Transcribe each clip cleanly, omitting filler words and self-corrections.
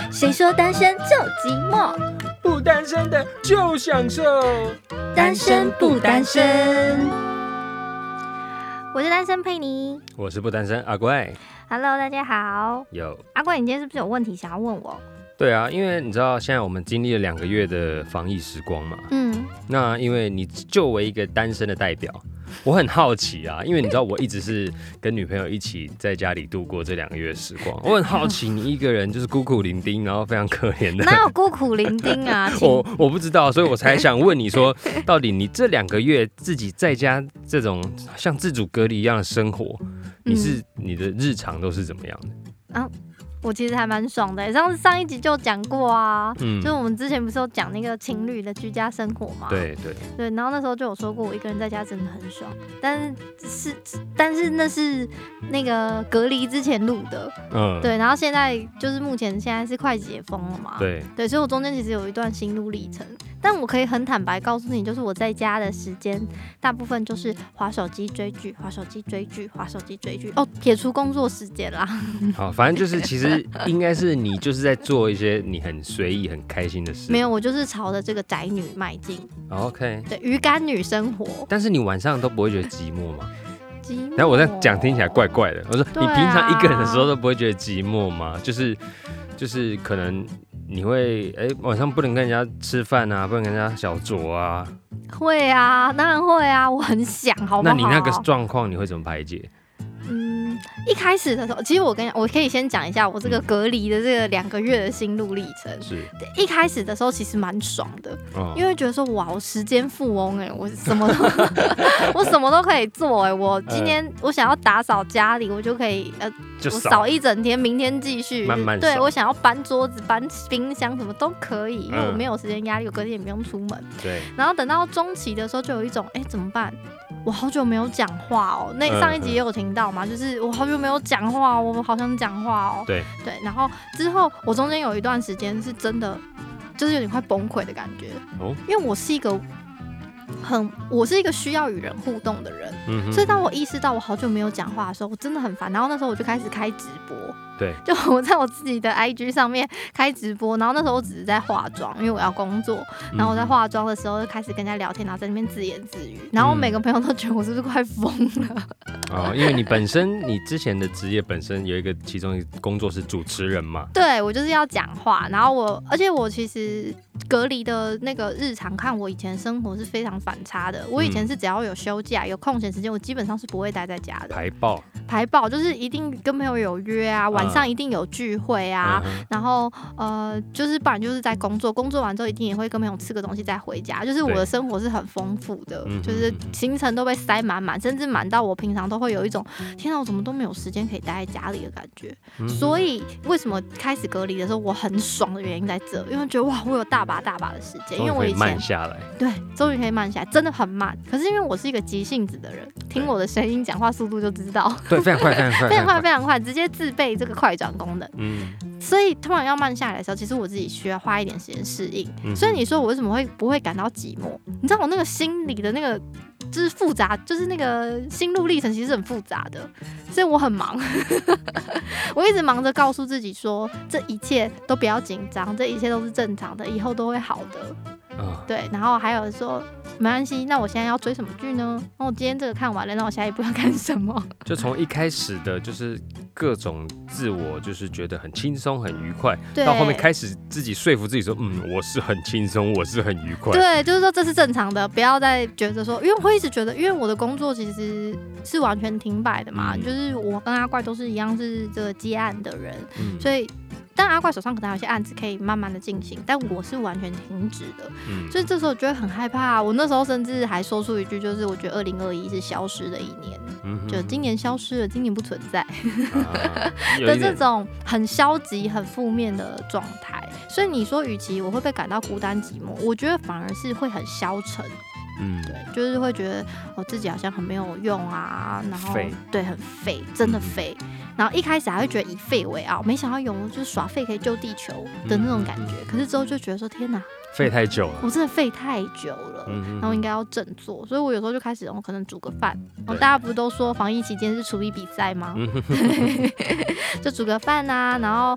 谁说单身就寂寞？ 不单身的就享受。 单身不单身？我是单身佩妮， 我是不单身阿怪。 Hello， 大家好。 有阿怪，你今天是不是有问题想要问我？ 对啊，因为你知道现在我们经历了2个月的防疫时光嘛，那因为你作为一个单身的代表，我很好奇啊，因为你知道我一直是跟女朋友一起在家里度过这2个月的时光，我很好奇你一个人就是孤苦伶仃，然后非常可怜的。 哪有孤苦伶仃啊？ 我不知道，所以我才想问你说，到底你这2个月自己在家这种像自主隔离一样的生活，你的日常都是怎么样的？ 啊，我其实还蛮爽的，上一集就讲过啊，就是我们之前不是有讲那个情侣的居家生活嘛， 对， 然后那时候就有说过，我一个人在家真的很爽，但是那是那个隔离之前录的，对，然后现在就是目前现在是快解封了嘛，对，所以我中间其实有一段心路历程，但我可以很坦白告诉你，就是我在家的时间大部分就是滑手机追剧，滑手机追剧，滑手机追剧，撇除工作时间啦。 好，反正就是其实应该是你就是在做一些你很随意、很开心的事。 没有，我就是朝着这个宅女迈进。 OK， 对，鱼竿女生活。 但是你晚上都不会觉得寂寞吗？ 寂寞。 然后我在讲听起来怪怪的。我说你平常一个人的时候都不会觉得寂寞吗？就是可能你会晚上不能跟人家吃饭啊，不能跟人家小酌啊。会啊，当然会啊，我很想，好不好？ 那你那个状况你会怎么排解？ 一开始的时候，其实我可以先讲一下我这个隔离的这个2个月的心路历程。 是， 一开始的时候其实蛮爽的，因为觉得说哇，我时间富翁我什么都我什么都可以做我今天我想要打扫家里，我就可以我扫一整天，明天继续慢慢扫。 对，我想要搬桌子、搬冰箱什么都可以，因为我没有时间压力，我隔天也不用出门。 对。 然后等到中期的时候，就有一种怎么办？我好久没有讲话哦，那上一集也有听到嘛，就是我好久没有讲话，我好想讲话哦。 对， 然后之后我中间有一段时间是真的，就是有点快崩溃的感觉，因为我是一个需要与人互动的人，所以当我意识到我好久没有讲话的时候，我真的很烦。然后那时候我就开始开直播， 对， 就我在我自己的 IG 上面开直播，然后那时候我只是在化妆，因为我要工作，然后我在化妆的时候就开始跟人家聊天，然后在那边自言自语，然后每个朋友都觉得我是不是快疯了？ 因为你之前的职业本身有其中一个工作是主持人嘛， 对，我就是要讲话，然后而且我其实隔离的那个日常看我以前生活是非常反差的。我以前是只要有休假、有空闲时间，我基本上是不会待在家的。排爆就是一定跟朋友有约啊，晚上一定有聚会啊，然后就是不然就是在工作完之后一定也会跟朋友吃个东西再回家。就是我的生活是很丰富的，就是行程都被塞满满，甚至满到我平常都会有一种天哪，我怎么都没有时间可以待在家里的感觉。所以为什么开始隔离的时候我很爽的原因在这，因为觉得哇，我有大把的时间，因为我以前慢下来， 对，终于可以慢下来，真的很慢。可是因为我是一个急性子的人，听我的声音、讲话速度就知道， 对，非常快， 非常快，直接自备这个快转功能。所以突然要慢下来的时候，其实我自己需要花一点时间适应。所以你说我为什么不会感到寂寞？你知道我那个心里的那个就是复杂，就是那个心路历程其实是很复杂的，所以我很忙，我一直忙着告诉自己说，这一切都不要紧张，这一切都是正常的，以后都会好的。对，然后还有说没关系，那我现在要追什么剧呢？那我今天这个看完了，那我下一步要干什么？ 就从一开始的就是各种自我就是觉得很轻松很愉快，到后面开始自己说服自己说我是很轻松，我是很愉快。 对，就是说这是正常的，不要再觉得说，因为我会一直觉得，因为我的工作其实是完全停摆的嘛，就是我跟阿怪都是一样是这个接案的人，所以但阿怪手上可能有些案子可以慢慢的进行，但我是完全停止的，所以这时候我觉得很害怕。我那时候甚至还说出一句，就是我觉得2021是消失的一年，就今年消失了，今年不存在的这种很消极、很负面的状态。所以你说，与其我会不会感到孤单寂寞，我觉得反而是会很消沉。对，就是会觉得我自己好像很没有用啊，然后对，很废，真的废。然后一开始还会觉得以废为傲，没想到有就是耍废可以救地球的那种感觉。可是之后就觉得说，天哪， 废太久了， 我真的废太久了，然后应该要振作。所以我有时候就开始，我可能煮个饭。大家不是都说防疫期间是厨艺比赛吗？就煮个饭啊，然后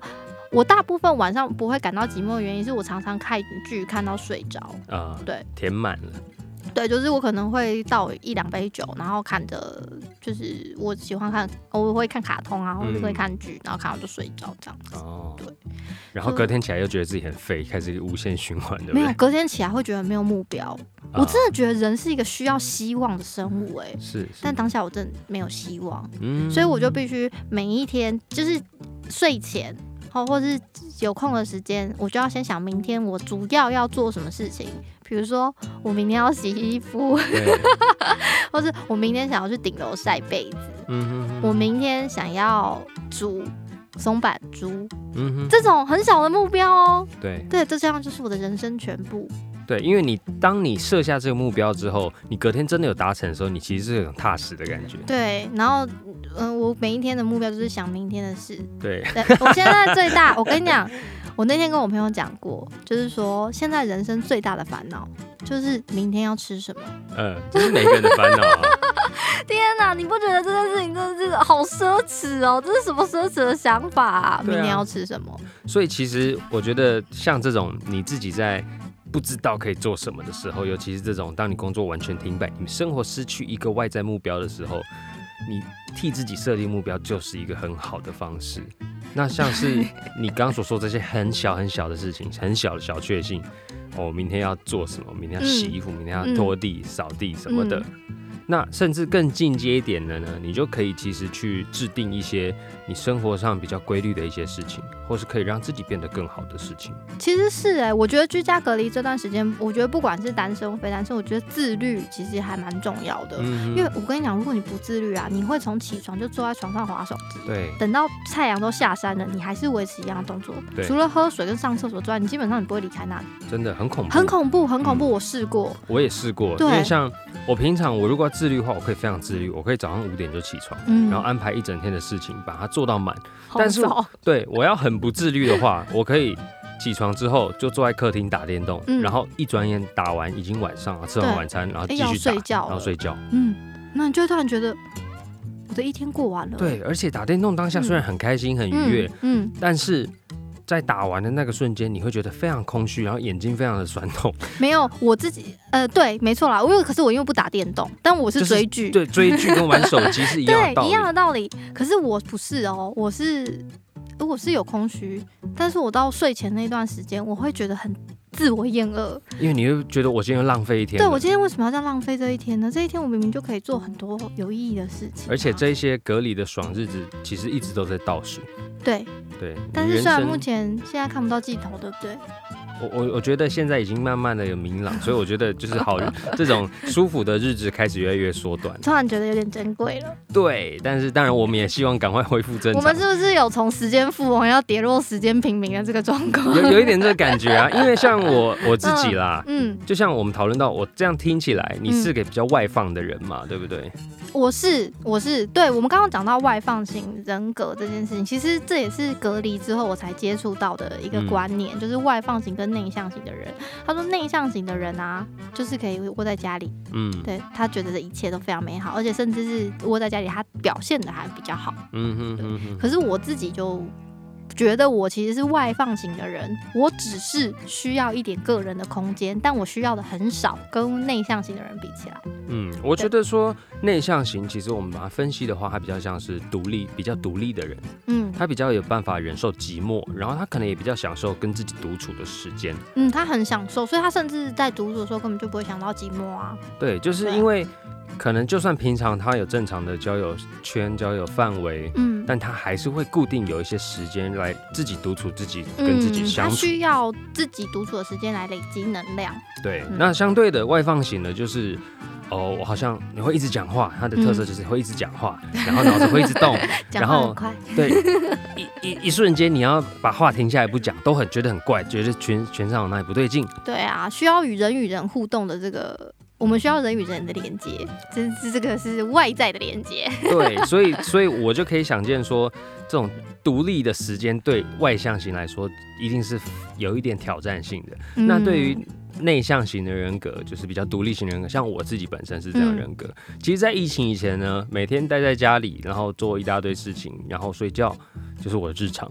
我大部分晚上不会感到寂寞的原因是我常常看剧看到睡着对， 填满了。 对，就是我可能会倒1-2杯酒，然后看着就是我喜欢看，我会看卡通啊，或者会看剧，然后看到就睡着这样子。对。 然后隔天起来又觉得自己很废，开始无限循环，对不对？ 没有，隔天起来会觉得没有目标。我真的觉得人是一个需要希望的生物， 是。 但当下我真的没有希望，所以我就必须每一天就是睡前。或是有空的时间，我就要先想明天我主要做什么事情。比如说，我明天要洗衣服，或是我明天想要去顶楼晒被子，我明天想要煮松板猪，这种很小的目标哦。对，这样就是我的人生全部。 对，因为当你设下这个目标之后，你隔天真的有达成的时候，你其实是有种踏实的感觉。 对，然后我每一天的目标就是想明天的事。 对， 我现在最大，我跟你讲，我那天跟我朋友讲过，就是说现在人生最大的烦恼就是明天要吃什么。 这是每个人的烦恼啊。 天哪，你不觉得这件事情真的是好奢侈哦？这是什么奢侈的想法啊？明天要吃什么？ 所以其实我觉得像这种你自己在不知道可以做什么的时候，尤其是这种当你工作完全停摆，你生活失去一个外在目标的时候，你替自己设定目标就是一个很好的方式。那像是你刚刚所说这些很小很小的事情，很小的小确幸，明天要做什么，明天要洗衣服，明天要拖地、扫地什么的。那甚至更进阶一点的呢，你就可以其实去制定一些你生活上比较规律的一些事情，或是可以让自己变得更好的事情。 其实是我觉得居家隔离这段时间，我觉得不管是单身或非单身，我觉得自律其实还蛮重要的。因为我跟你讲，如果你不自律啊，你会从起床就坐在床上滑手机，对，等到太阳都下山了，你还是维持一样的动作，除了喝水跟上厕所之外，你基本上你不会离开那里。真的很恐怖，很恐怖，很恐怖。我试过，我也试过，因为像我平常我如果要自律的话，我可以非常自律，我可以早上5点就起床，然后安排一整天的事情，把它做到满。但是对我要很不自律的话，我可以起床之后就坐在客厅打电动，然后一转眼打完已经晚上了，吃完晚餐，然后继续打，然后睡觉。那你就会突然觉得我的一天过完了。对，而且打电动当下虽然很开心、很愉悦，但是在打完的那个瞬间，你会觉得非常空虚，然后眼睛非常的酸痛。没有，我自己对，没错啦。可是我因为不打电动，但我是追剧，对，追剧跟玩手机是一样的道理，对，一样的道理。可是我不是哦，我是有空虚，但是我到睡前那段时间，我会觉得很自我厌恶，因为你会觉得我今天又浪费一天。对，我今天为什么要这样浪费这一天呢？这一天我明明就可以做很多有意义的事情，而且这些隔离的爽日子其实一直都在倒数。对，但是虽然目前现在看不到尽头，对不对？我觉得现在已经慢慢的有明朗，所以我觉得就是这种舒服的日子开始越来越缩短，突然觉得有点珍贵了。对，但是当然我们也希望赶快恢复正常。我们是不是有从时间富翁要跌落时间平民的这个状况？有一点这个感觉啊，因为像我自己啦，就像我们讨论到，我这样听起来你是个比较外放的人嘛，对不对？我是，对，我们刚刚讲到外放型人格这件事情，其实这也是隔离之后我才接触到的一个观念，就是外放型跟内向型的人。他说内向型的人啊，就是可以窝在家里，对，他觉得这一切都非常美好，而且甚至是窝在家里他表现的还比较好。可是我自己就觉得我其实是外放型的人，我只是需要一点个人的空间，但我需要的很少，跟内向型的人比起来。我觉得说内向型，其实我们把它分析的话，他比较像是比较独立的人。他比较有办法忍受寂寞，然后他可能也比较享受跟自己独处的时间。他很享受，所以他甚至在独处的时候根本就不会想到寂寞啊。对，就是因为可能就算平常他有正常的交友圈、交友范围，但他还是会固定有一些时间来自己独处，自己跟自己相处。他需要自己独处的时间来累积能量。对，那相对的外放型的就是我好像你会一直讲话，他的特色就是会一直讲话，然后脑子会一直动，然后对一瞬间你要把话停下来不讲，都觉得很怪，觉得全身有哪里不对劲。对啊，需要与人互动的这个。我们需要人与人的连接，这个是外在的连接。对，所以我就可以想见说，这种独立的时间对外向型来说，一定是有一点挑战性的。那对于内向型的人格，就是比较独立型的人格，像我自己本身是这样的人格。其实，在疫情以前呢，每天待在家里，然后做一大堆事情，然后睡觉，就是我的日常。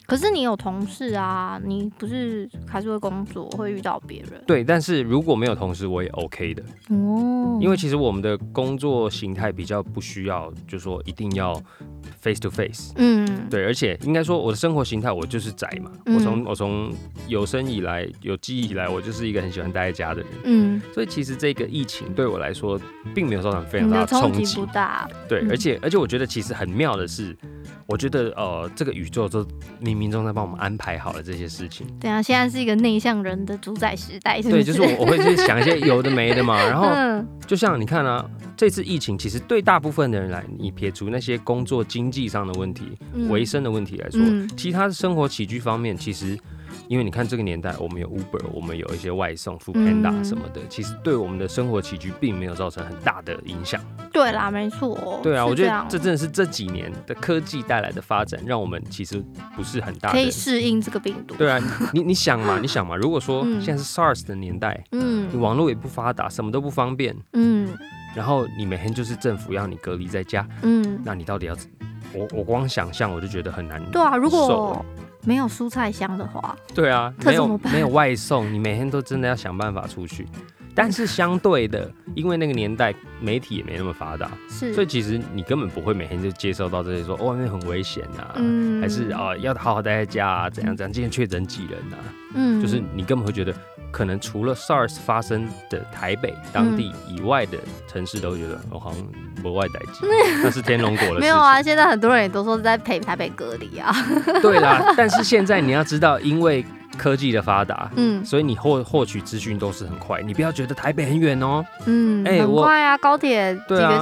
可是你有同事啊，你不是还是会工作，会遇到别人。 对，但是如果没有同事，我也 OK 的。因为其实我们的工作形态比较不需要，就是说一定要 face to face。对，而且应该说我的生活形态，我就是宅嘛。我从有生以来，有记忆以来，我就是一个很喜欢待在家的人。所以其实这个疫情对我来说，并没有造成非常大的冲击， 不大。 对，而且我觉得其实很妙的是，我觉得这个宇宙都冥冥中在帮我们安排好了这些事情。 对啊，现在是一个内向人的主宰时代，是不是？ 对，就是我会去想一些有的没的嘛。然后就像你看啊，这次疫情其实对大部分的人来，你撇除那些工作经济上的问题、维生的问题来说，其他的生活起居方面，其实因为你看这个年代，我们有 Uber， 我们有一些外送、Foodpanda 什么的，其实对我们的生活起居并没有造成很大的影响。 对啦，没错。 对啊，我觉得这真的是这几年的科技带来的发展，让我们其实不是很大的可以适应这个病毒。 对啊，你想嘛，如果说现在是 SARS 的年代，你网络也不发达，什么都不方便，然后你每天就是政府要你隔离在家，那你到底要我光想象我就觉得很难受。 对啊，如果没有蔬菜箱的话， 对啊，没有外送，你每天都真的要想办法出去。但是相对的，因为那个年代媒体也没那么发达，所以其实你根本不会每天就接收到这些说外面很危险啊，还是要好好待在家啊，怎样，今天确诊几人啊，就是你根本会觉得，可能除了 SARS 发生的台北当地以外的城市都会觉得好像没外代际，那是天龙国的事情。 没有啊，现在很多人也都说是在陪台北隔离啊。 对啦，但是现在你要知道，因为科技的发达，所以你获取资讯都是很快。你不要觉得台北很远哦， 很快啊，高铁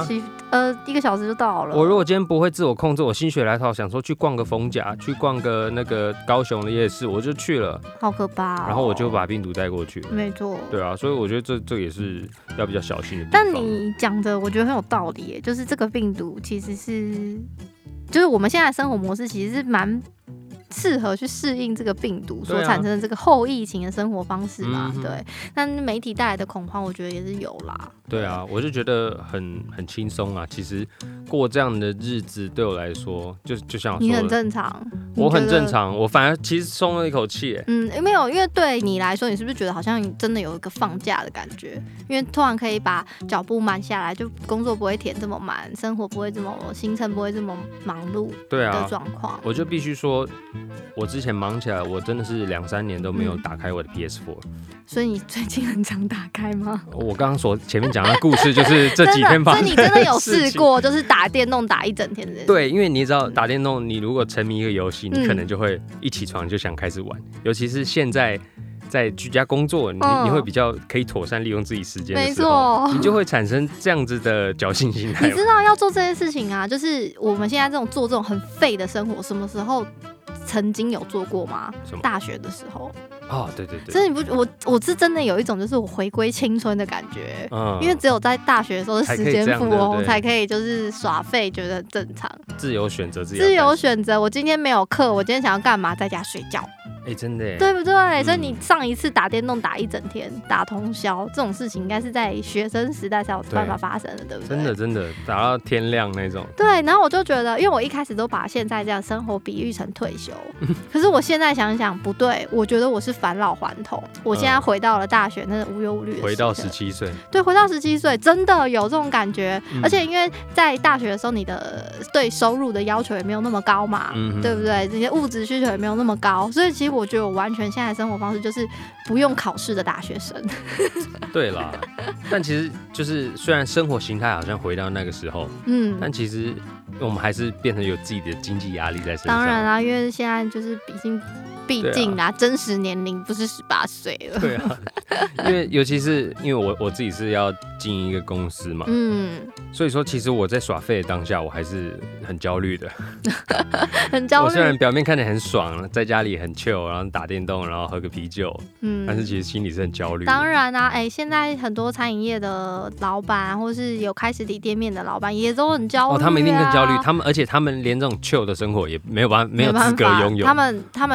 1个小时就到了。 我如果今天不会自我控制，我心血来潮想说去逛个逢甲，去逛个那个高雄的夜市，我就去了， 好可怕哦。 然后我就把病毒带过去了。 没错。 对啊，所以我觉得这也是要比较小心的地方。 但你讲的我觉得很有道理耶，就是这个病毒其实就是我们现在的生活模式其实是蛮适合去适应这个病毒所产生的这个后疫情的生活方式嘛，对。但媒体带来的恐慌，我觉得也是有啦。 对啊，我就觉得很轻松啊。其实过这样的日子对我来说，就像我说的， 你很正常， 我很正常，我反而其实松了一口气。 没有，因为对你来说，你是不是觉得好像真的有一个放假的感觉？因为突然可以把脚步慢下来，就工作不会填这么满，生活不会这么行程不会这么忙碌的状况。 我就必须说，我之前忙起来，我真的是2-3年都没有打开我的 PS4。 所以你最近很常打开吗？ 我刚刚前面讲的故事就是这几天发生的事情。所以你真的有试过，就是打电动打一整天的？ 对，因为你知道打电动，你如果沉迷一个游戏，你可能就会一起床就想开始玩，尤其是现在在居家工作，你会比较可以妥善利用自己时间的时候，你就会产生这样子的侥幸心态。 你知道要做这件事情啊，就是我们现在做这种很废的生活，什么时候曾经有做过吗？大学的时候。 对对对， 所以你不，我是真的有一种就是我回归青春的感觉，因为只有在大学的时候是时间富翁才可以就是耍废，觉得很正常， 自由选择自由选择。我今天没有课，我今天想要干嘛，在家睡觉。 真的耶， 对不对？所以你上一次打电动打一整天，打通宵这种事情，应该是在学生时代才有办法发生的，对不对？ 真的打到天亮那种。 对，然后我就觉得，因为我一开始都把现在这样生活比喻成退休，可是我现在想想不对，我觉得我是返老还童。我现在回到了大学，那是无忧无虑的， 回到17岁。 对，回到17岁，真的有这种感觉。而且因为在大学的时候，你的对收入的要求也没有那么高嘛，对不对？这些物质需求也没有那么高，所以其实我觉得我完全现在的生活方式就是不用考试的大学生。 对啦，但其实就是虽然生活形态好像回到那个时候，但其实我们还是变成有自己的经济压力在身上。 当然啦，因为现在就是毕竟啦，真实年龄不是18岁了。 对啊，尤其是因为我自己是要经营一个公司嘛，所以说其实我在耍废的当下，我还是很焦虑的。 很焦虑。 我虽然表面看起来很爽，在家里很 chill， 然后打电动，然后喝个啤酒，但是其实心里是很焦虑的。 当然啊，现在很多餐饮业的老板，或是有开实体店面的老板，也都很焦虑啊。 他们一定更焦虑，而且他们连这种 chill 的生活也没有资格拥有。 他们现在就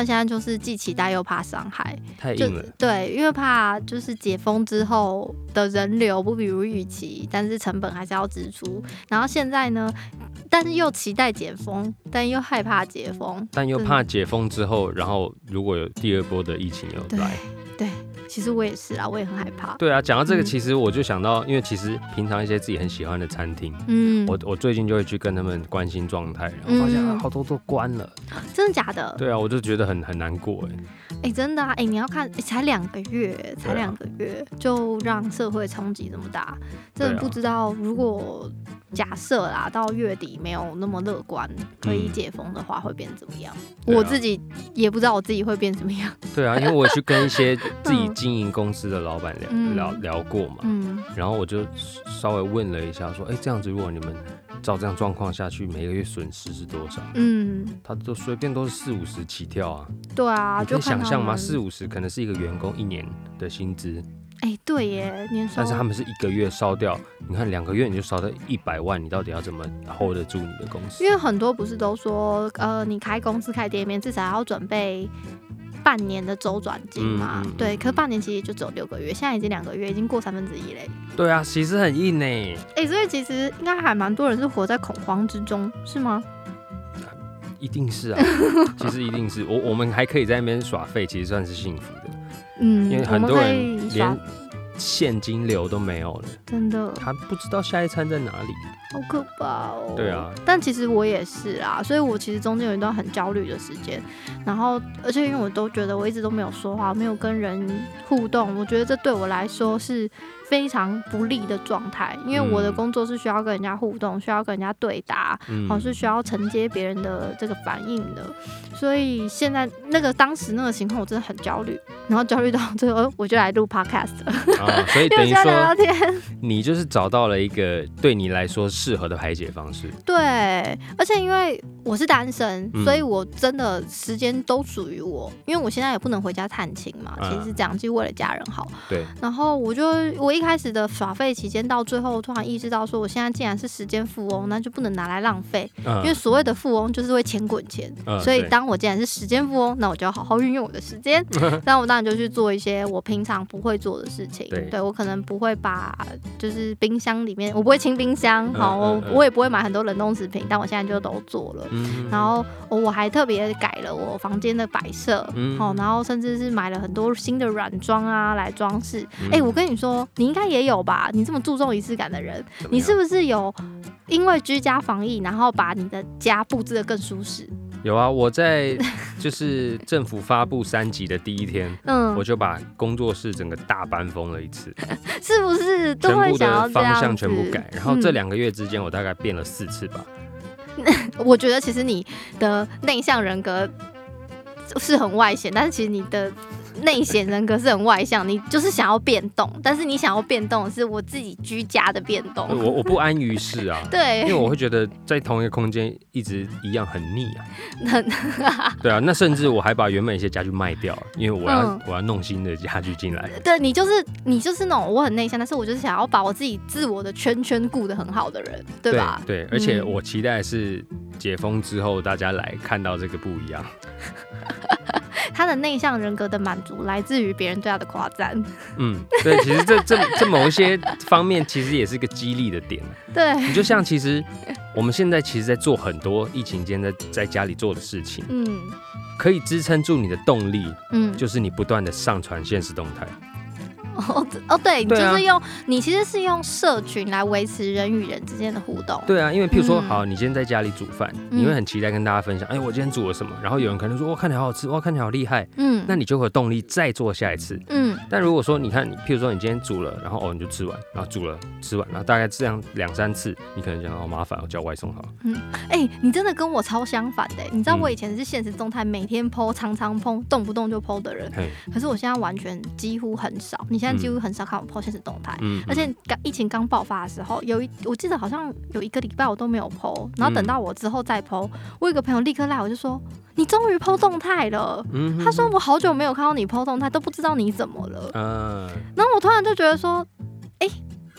就是既期待又怕伤害， 太硬了。 对，因为怕就是解封之后的人流不比如预期，但是成本还是要支出。然后现在呢，但是又期待解封，但又害怕解封， 但又怕解封之后，然后如果有第二波的疫情又来， 对。其实我也是啊，我也很害怕。 对啊，讲到这个，其实我就想到，因为其实平常一些自己很喜欢的餐厅，我最近就会去跟他们关心状态，然后发现好多都关了。 真的假的？ 对啊，我就觉得很难过真的啊，你要看，才2个月，就让社会冲击这么大，真的不知道如果假设啦，到月底没有那么乐观，可以解封的话会变怎么样？我自己也不知道我自己会变怎么样。 对啊，因为我去跟一些自己经营公司的老板聊过嘛，然后我就稍微问了一下，说，这样子如果你们照这样状况下去，每个月损失是多少？他都随便都是40-50起跳啊。 对啊， 你可以想象吗？40-50可能是一个员工1年的薪资。 对耶，年收。 但是他们是1个月烧掉，你看2个月你就烧掉100万，你到底要怎么 hold 得住你的公司？ 因为很多不是都说，你开公司开店面至少要准备半年的周转金嘛，对，可是半年其实就只有6个月，现在已经2个月，已经过1/3嘞。 对啊，其实很硬呢。 所以其实应该还蛮多人是活在恐慌之中，是吗？ 一定是啊，其实一定是。我们还可以在那边耍废，其实算是幸福的。因为很多人连现金流都没有了，真的，他不知道下一餐在哪里， 好可怕哦。 对啊， 但其实我也是啦，所以我其实中间有一段很焦虑的时间，然后而且因为我都觉得我一直都没有说话，没有跟人互动，我觉得这对我来说是非常不利的状态，因为我的工作是需要跟人家互动，需要跟人家对答，是需要承接别人的这个反应的，所以现在当时那个情况我真的很焦虑，然后焦虑到最后我就来录 podcast 了。 所以等于说你就是找到了一个对你来说适合的排解方式。 对，而且因为我是单身，所以我真的时间都属于我，因为我现在也不能回家探亲嘛，其实是这样，就为了家人好。 对。然后我一开始的耍废期间，到最后突然意识到说，我现在既然是时间富翁，那就不能拿来浪费，因为所谓的富翁就是会钱滚钱，所以当我既然是时间富翁，那我就要好好运用我的时间。那我当然就去做一些我平常不会做的事情。对，我可能不会把就是冰箱里面，我不会清冰箱，我也不会买很多冷冻食品，但我现在就都做了。然后我还特别改了我房间的摆设，然后甚至是买了很多新的软装啊来装饰。我跟你说，你应该也有吧？你这么注重仪式感的人，你是不是有因为居家防疫，然后把你的家布置得更舒适？ 有啊，我在就是政府发布3级的第一天，我就把工作室整个大搬风了一次， 是不是都会想要这样子？全部的方向全部改，然后这2个月之间，我大概变了4次吧。 我觉得其实你的内向人格是很外显，但是其实你的内显人格是很外向，你就是想要变动，但是你想要变动的是我自己居家的变动。 我不安于世啊， 对， 因为我会觉得在同一个空间一直一样很腻啊。对啊，那甚至我还把原本一些家具卖掉，因为我要弄新的家具进来。 对，你就是那种我很内向，但是我就是想要把我自己自我的圈顾得很好的人，对吧？ 对，而且我期待是解封之后大家来看到这个不一样。 他的内向人格的满足来自于别人对他的夸赞。 对，其实这某一些方面其实也是个激励的点。 对， 你就像其实我们现在其实在做很多疫情间在家里做的事情，可以支撑住你的动力，就是你不断的上传现实动态。 对，你就是你其实是用社群来维持人与人之间的互动。 对啊，因为譬如说，好，你今天在家里煮饭，你会很期待跟大家分享，我今天煮了什么，然后有人可能说，哇，看起来好好吃，哇，看起来好厉害，那你就会有动力再做下一次。但如果说你看，譬如说你今天煮了，然后你就吃完，然后煮了吃完，然后大概这样2-3次，你可能讲好麻烦，我叫外送好了。 你真的跟我超相反的。你知道我以前是现实动态每天 po， 常常 po， 动不动就 po 的人，可是我现在完全几乎很少。你现在几乎很少看我 po 现实动态，而且疫情刚爆发的时候，我记得好像有1个礼拜我都没有 po， 然后等到我之后再 po， 我有一个朋友立刻赖我就说，你终于 po 动态了。他说我好久没有看到你 po 动态，都不知道你怎么了。然后我突然就觉得说，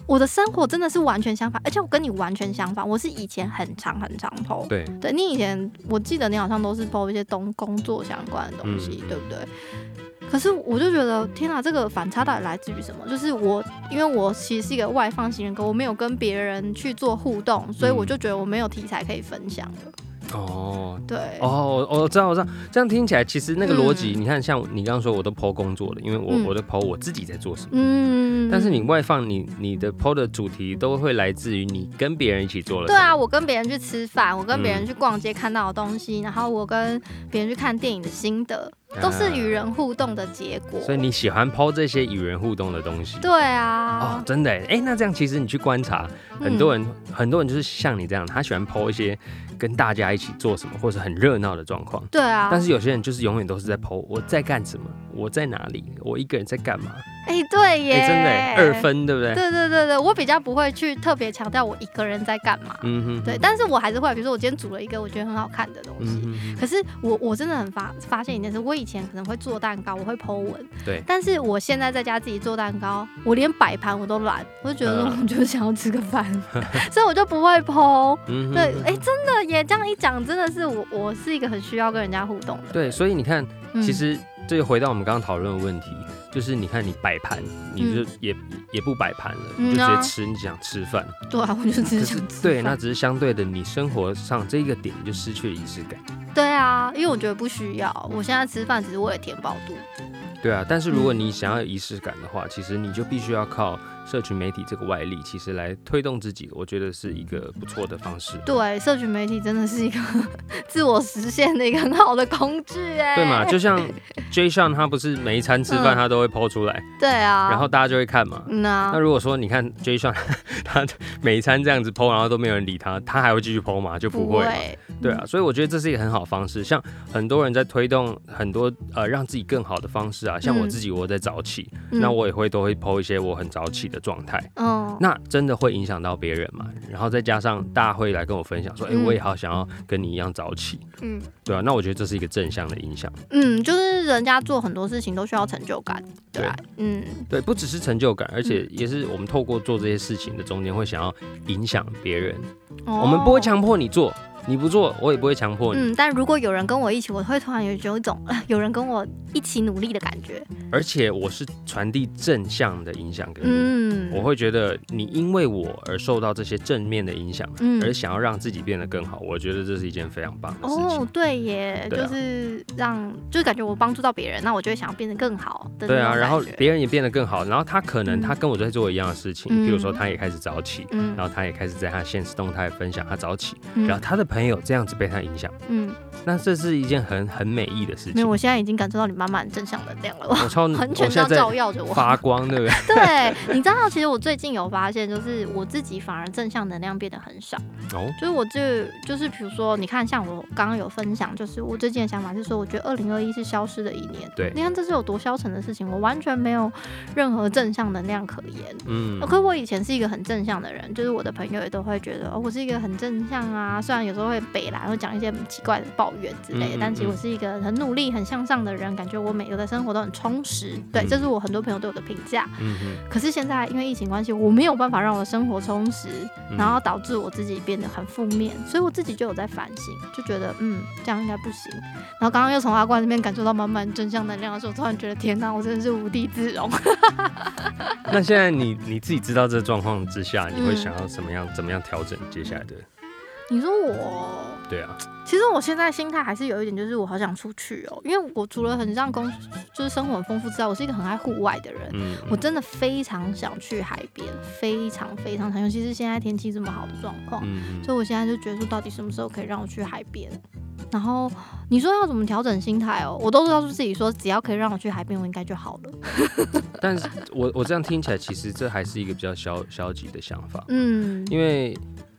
我的生活真的是完全相反，而且我跟你完全相反。我是以前很常 po， 对， 你以前我记得你好像都是 po 一些工作相关的东西，对不对？可是我就觉得天哪，这个反差到底来自于什么？就是因为我其实是一个外放型人格，我没有跟别人去做互动，所以我就觉得我没有题材可以分享了。对我知道，这样听起来其实那个逻辑，你看像你刚刚说我都 po 工作的，因为我都 po 我自己在做什么，但是你外放你的 po 的主题都会来自于你跟别人一起做了什么。 对啊，我跟别人去吃饭，我跟别人去逛街看到的东西，然后我跟别人去看电影的心得，都是与人互动的结果。 所以你喜欢 po 这些与人互动的东西。 对啊， 真的那这样其实你去观察，很多人就是像你这样，他喜欢 po 一些跟大家一起做什么，或者很热闹的状况。 对啊， 但是有些人就是永远都是在 po 我在干什么，我在哪里，我一个人在干嘛。 对耶， 真的2分，对不对？ 对，我比较不会去特别强调我一个人在干嘛。对，但是我还是会，比如说我今天煮了一个我觉得很好看的东西，可是我真的很发现一件事，我以前可能会做蛋糕，我会 po 文， 对， 但是我现在在家自己做蛋糕，我连摆盘我都懒，我就觉得我就是想要吃个饭，所以我就不会 po。对，真的耶，这样一讲，真的是我是一个很需要跟人家互动的。 对，所以你看，其实这就回到我们刚刚讨论的问题。就是你看你摆盘，你就也不摆盘了，你就直接吃，你想吃饭。 对啊，我就只是想吃饭。 对，那只是相对的，你生活上这个点就失去了仪式感。 对啊，因为我觉得不需要，我现在吃饭只是为了填饱肚。 对啊，但是如果你想要有仪式感的话，其实你就必须要靠社群媒体这个外力，其实来推动自己，我觉得是一个不错的方式。 对，社群媒体真的是一个自我实现的一个很好的工具对嘛？就像 Jay Sean 他不是每一餐吃饭他都会 po 出来， 对啊， 然后大家就会看嘛。那如果说你看 Jay Sean 他每一餐这样子 po， 然后都没有人理他，他还会继续 po 吗？就不会嘛。对啊，所以我觉得这是一个很好的方式。像很多人在推动很多让自己更好的方式啊，像我自己我在早起，那我也都会 po 一些我很早起的状态。那真的会影响到别人嘛？然后再加上大家会来跟我分享说，我也好想要跟你一样早起。对啊，那我觉得这是一个正向的影响。 就是人家做很多事情都需要成就感。 对，不只是成就感，而且也是我们透过做这些事情的中间会想要影响别人。我们不会强迫你做。你不做，我也不会强迫你。 但如果有人跟我一起，我会突然有一种有人跟我一起努力的感觉。 而且我是传递正向的影响给你。我会觉得你因为我而受到这些正面的影响，而想要让自己变得更好。我觉得这是一件非常棒的事情。 对耶，就是就是感觉我帮助到别人，那我就会想要变得更好的。 对啊，然后别人也变得更好，然后他可能他跟我在做一样的事情，比如说他也开始早起，然后他也开始在他限时动态分享他早起，然后他的朋友这样子被他影响，那这是一件很美意的事情。 没有，我现在已经感受到你满满正向能量了，完全在照耀着我， 发光，对不对？ 对，你知道，其实我最近有发现，就是我自己反而正向能量变得很少。就是我就是比如说，你看，像我刚刚有分享，就是我最近的想法是说，我觉得2021是消失的一年。 对， 你看这是有多消沉的事情，我完全没有任何正向能量可言。可我以前是一个很正向的人，就是我的朋友也都会觉得，我是一个很正向啊，虽然有时候会北来，会讲一些很奇怪的抱怨之类的，但其实我是一个很努力、很向上的人，感觉我每个的生活都很充实。对，这是我很多朋友对我的评价。可是现在因为疫情关系，我没有办法让我的生活充实，然后导致我自己变得很负面，所以我自己就有在反省，就觉得这样应该不行。然后刚刚又从阿冠那边感受到满满正向能量的时候，突然觉得天哪，我真的是无地自容。 那现在你自己知道这个状况之下，你会想要怎么样调整接下来的？ 你说我？ 对啊， 其实我现在心态还是有一点，就是我好想出去哦，因为我除了很让就是生活很丰富之外，我是一个很爱户外的人。我真的非常想去海边，非常非常想，尤其是现在天气这么好的状况，所以我现在就觉得说，到底什么时候可以让我去海边？然后你说要怎么调整心态哦？我都告诉自己说，只要可以让我去海边，我应该就好了。 但是我这样听起来，其实这还是一个比较消极的想法。因为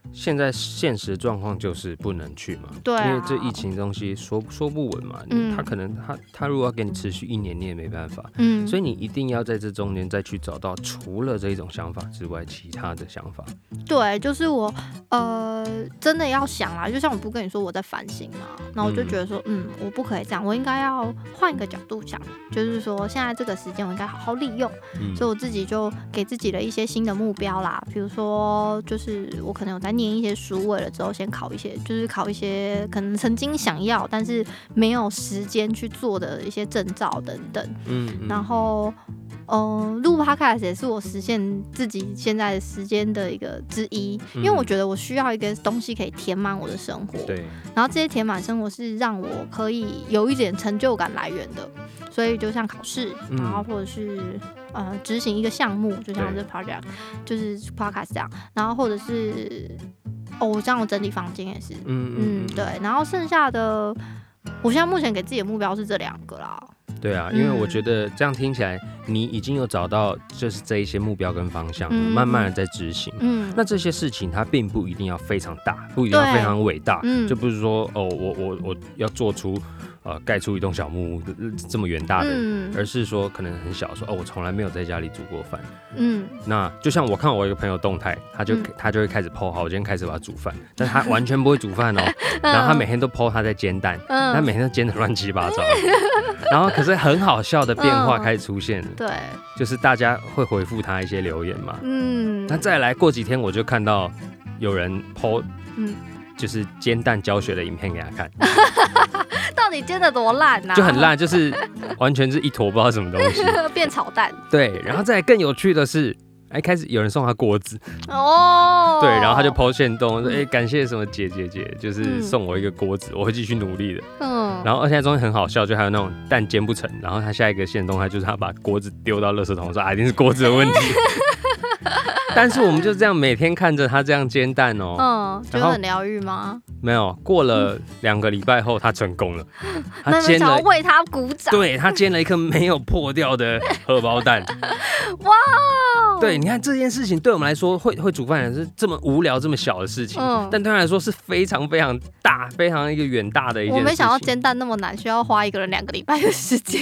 现在现实状况就是不能去嘛， 对、啊， 因为这疫情东西说不稳嘛，他可能他如果要给你持续1年，你也没办法，所以你一定要在这中间再去找到除了这一种想法之外其他的想法。 对，就是我真的要想啦，就像我不跟你说我在反省嘛，然后我就觉得说我不可以这样，我应该要换一个角度想，就是说现在这个时间我应该好好利用，所以我自己就给自己了一些新的目标啦，比如说就是我可能有在念一些书，为了之后先考一些，就是考一些可能曾经想要但是没有时间去做的一些证照等等，然后录 podcast 也是我实现自己现在的时间的一个之一，因为我觉得我需要一个东西可以填满我的生活， 对， 然后这些填满生活是让我可以有一点成就感来源的，所以就像考试，然后或者是执行一个项目，就像这 project 就是 podcast 这样，然后或者是像我整理房间也是，对，然后剩下的我现在目前给自己的目标是这2个啦。 对啊，因为我觉得这样听起来，你已经有找到就是这一些目标跟方向，慢慢的在执行。那这些事情它并不一定要非常大，不一定要非常伟大，就不是说我要做出盖出一栋小木屋这么远大的，而是说可能很小，说我从来没有在家里煮过饭。那就像我看我一个朋友动态，他就会开始 po 好，我今天开始把它煮饭，但他完全不会煮饭哦，然后他每天都 po 他在煎蛋，他每天都煎得乱七八糟，然后可是很好笑的变化开始出现了， 对， 就是大家会回复他一些留言嘛，那再来过几天我就看到有人 po，就是煎蛋教学的影片给他看。 到底煎得多烂啊？ 就很烂，就是完全是一坨不知道什么东西变炒蛋。 对，然后再来更有趣的是，开始有人送他锅子对，然后他就 po 限动说感谢什么姐，就是送我一个锅子，我会继续努力的。然后而且中间很好笑，就还有那种蛋煎不成，然后他下一个限动，他就是他把锅子丢到垃圾桶，说一定是锅子的问题。但是我们就这样每天看着他这样煎蛋觉得很疗愈吗？ 没有，过了2个礼拜后，他成功了。 他煎了，想要为他鼓掌。 对，他煎了一颗没有破掉的荷包蛋。 哇！ 对，你看这件事情对我们来说，会煮饭是这么无聊、这么小的事情，但对他来说是非常非常大、非常一个远大的一件事情。 我没想到煎蛋那么难，需要花一个人2个礼拜的时间。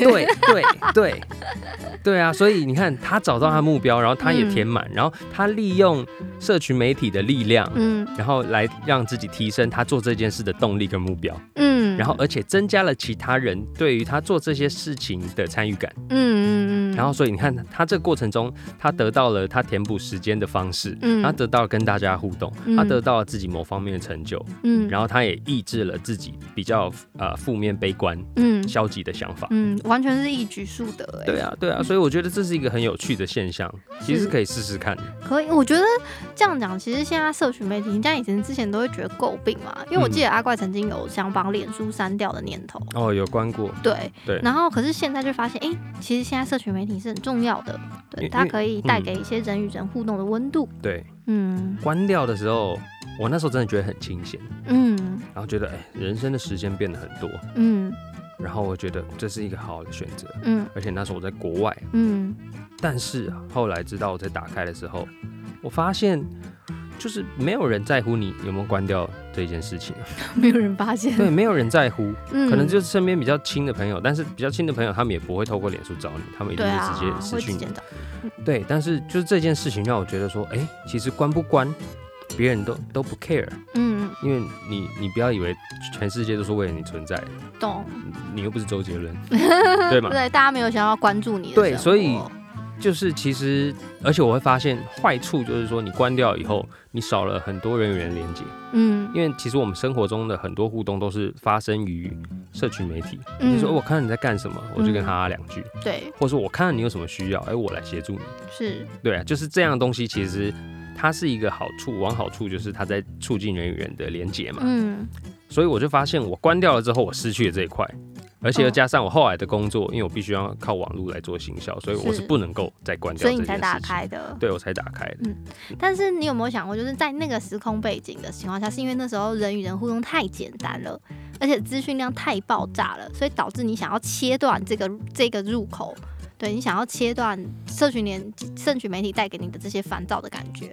对啊，所以你看，他找到他目标，然后他也填满，然后他利用社群媒体的力量，然后来让自己提升他做这件事的动力跟目标，然后而且增加了其他人对于他做这些事情的参与感，然后所以你看他这个过程中，他得到了他填补时间的方式，他得到了跟大家互动，他得到了自己某方面的成就，然后他也抑制了自己比较负面、悲观、消极的想法， 完全是一举数得。 对啊，所以我觉得这是一个很有趣的现象，其实可以试试看。 可以，我觉得这样讲，其实现在社群媒体，人家之前都会觉得诟病嘛，因为我记得阿怪曾经有想把脸书删掉的念头。 有关过。 对。然后可是现在就发现，其实现在社群媒体是很重要的，对，它可以带给一些人与人互动的温度。 对，关掉的时候，我那时候真的觉得很清闲，然后觉得人生的时间变得很多，然后我觉得这是一个好的选择，而且那时候我在国外，但是后来直到我在打开的时候，我发现就是没有人在乎你有没有关掉这件事情， 没有人发现， 对，没有人在乎，可能就是身边比较亲的朋友，但是比较亲的朋友他们也不会透过脸书找你，他们一定是直接私讯你，对，但是就是这件事情让我觉得说，其实关不关别人都不 care， 因为你不要以为全世界都是为了你存在的， 懂？ 你又不是周杰伦，对吗？ 对，大家没有想要关注你的， 对，所以就是其实，而且我会发现坏处就是说，你关掉以后，你少了很多人与人连接，因为其实我们生活中的很多互动都是发生于社群媒体，就是说我看到你在干什么，我就跟他2句， 对， 或者说我看到你有什么需要，我来协助你， 是， 对啊，就是这样的东西，其实它是一个好处，往好处就是它在促进人与人的连结嘛，所以我就发现我关掉了之后，我失去了这一块，而且又加上我后来的工作，因为我必须要靠网络来做行销，所以我是不能够再关掉这件事情，所以你才打开的，对，我才打开的。 但是你有没有想过，就是在那个时空背景的情况下，是因为那时候人与人互动太简单了，而且资讯量太爆炸了，所以导致你想要切断这个入口，对，你想要切断社群媒体带给你的这些烦躁的感觉。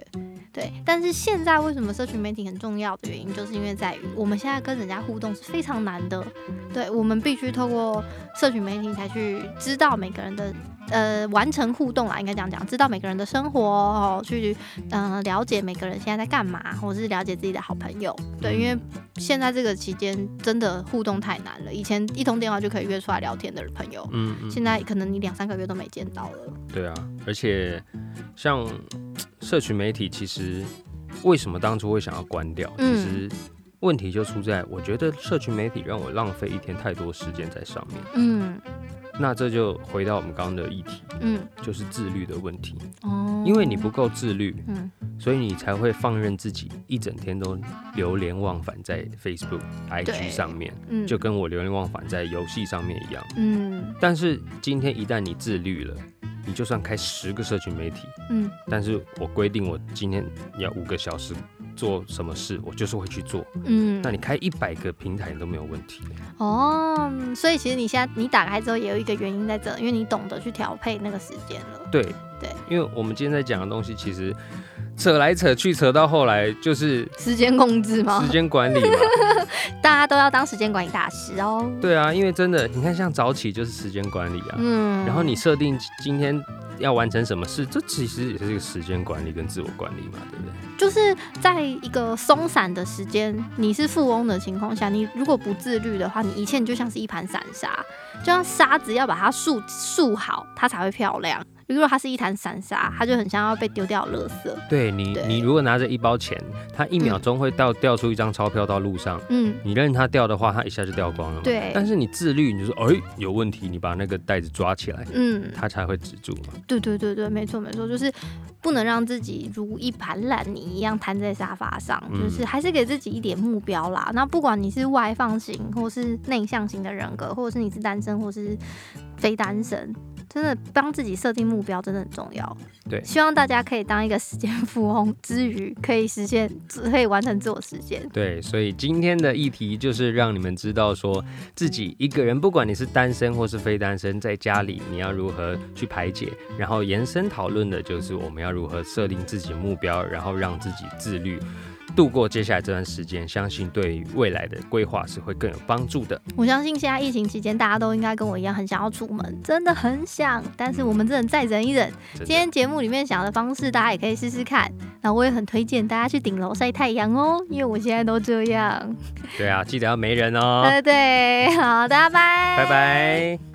对，但是现在为什么社群媒体很重要的原因，就是因为在于我们现在跟人家互动是非常难的，对，我们必须透过社群媒体才去知道每个人的完成互动啦，应该这样讲，知道每个人的生活去了解每个人现在在干嘛，或者是了解自己的好朋友，对，因为现在这个期间真的互动太难了，以前一通电话就可以约出来聊天的朋友，现在可能你2-3个月都没见到了。 对啊，而且像社群媒体，其实为什么当初会想要关掉？其实问题就出在，我觉得社群媒体让我浪费一天太多时间在上面。那这就回到我们刚刚的议题，就是自律的问题。因为你不够自律，所以你才会放任自己一整天都流连忘返在 Facebook、IG 上面，就跟我流连忘返在游戏上面一样。但是今天一旦你自律了，你就算开10个社群媒体，但是我规定我今天要5个小时做什么事，我就是会去做。那你开100个平台都没有问题。 所以其实你现在你打开之后也有一个原因在这，因为你懂得去调配那个时间了。 对，因为我们今天在讲的东西，其实扯来扯去，扯到后来就是时间控制吗？ 时间管理嘛， 大家都要当时间管理大师哦。 对啊，因为真的，你看像早起就是时间管理啊，然后你设定今天要完成什么事，这其实也是一个时间管理跟自我管理嘛，对不对？ 就是在一个松散的时间，你是富翁的情况下，你如果不自律的话，你一切就像是一盘散沙，就像沙子要把它束好，它才会漂亮。如果它是一滩散沙，它就很像要被丢掉的垃圾。 对你如果拿着一包钱，它1秒钟会掉出一张钞票到路上，你任它掉的话，它一下就掉光了嘛。 对。 但是你自律，你就说，有问题，你把那个袋子抓起来，它才会止住嘛。 对，没错，就是不能让自己如一盘烂泥一样摊在沙发上，就是还是给自己一点目标啦。那不管你是外放型或是内向型的人格，或者是你是单身或是非单身，真的帮自己设定目标真的很重要。 对， 希望大家可以当一个时间富翁之余，可以完成自我实现。 对，所以今天的议题就是让你们知道说，自己一个人，不管你是单身或是非单身，在家里你要如何去排解，然后延伸讨论的就是我们要如何设定自己的目标，然后让自己自律，度过接下来这段时间，相信对于未来的规划是会更有帮助的。 我相信现在疫情期间，大家都应该跟我一样很想要出门，真的很想，但是我们只能再忍一忍。今天节目里面想的方式，大家也可以试试看。那我也很推荐大家去顶楼晒太阳哦，因为我现在都这样。 对啊，记得要没人哦。 对，好，大家拜拜。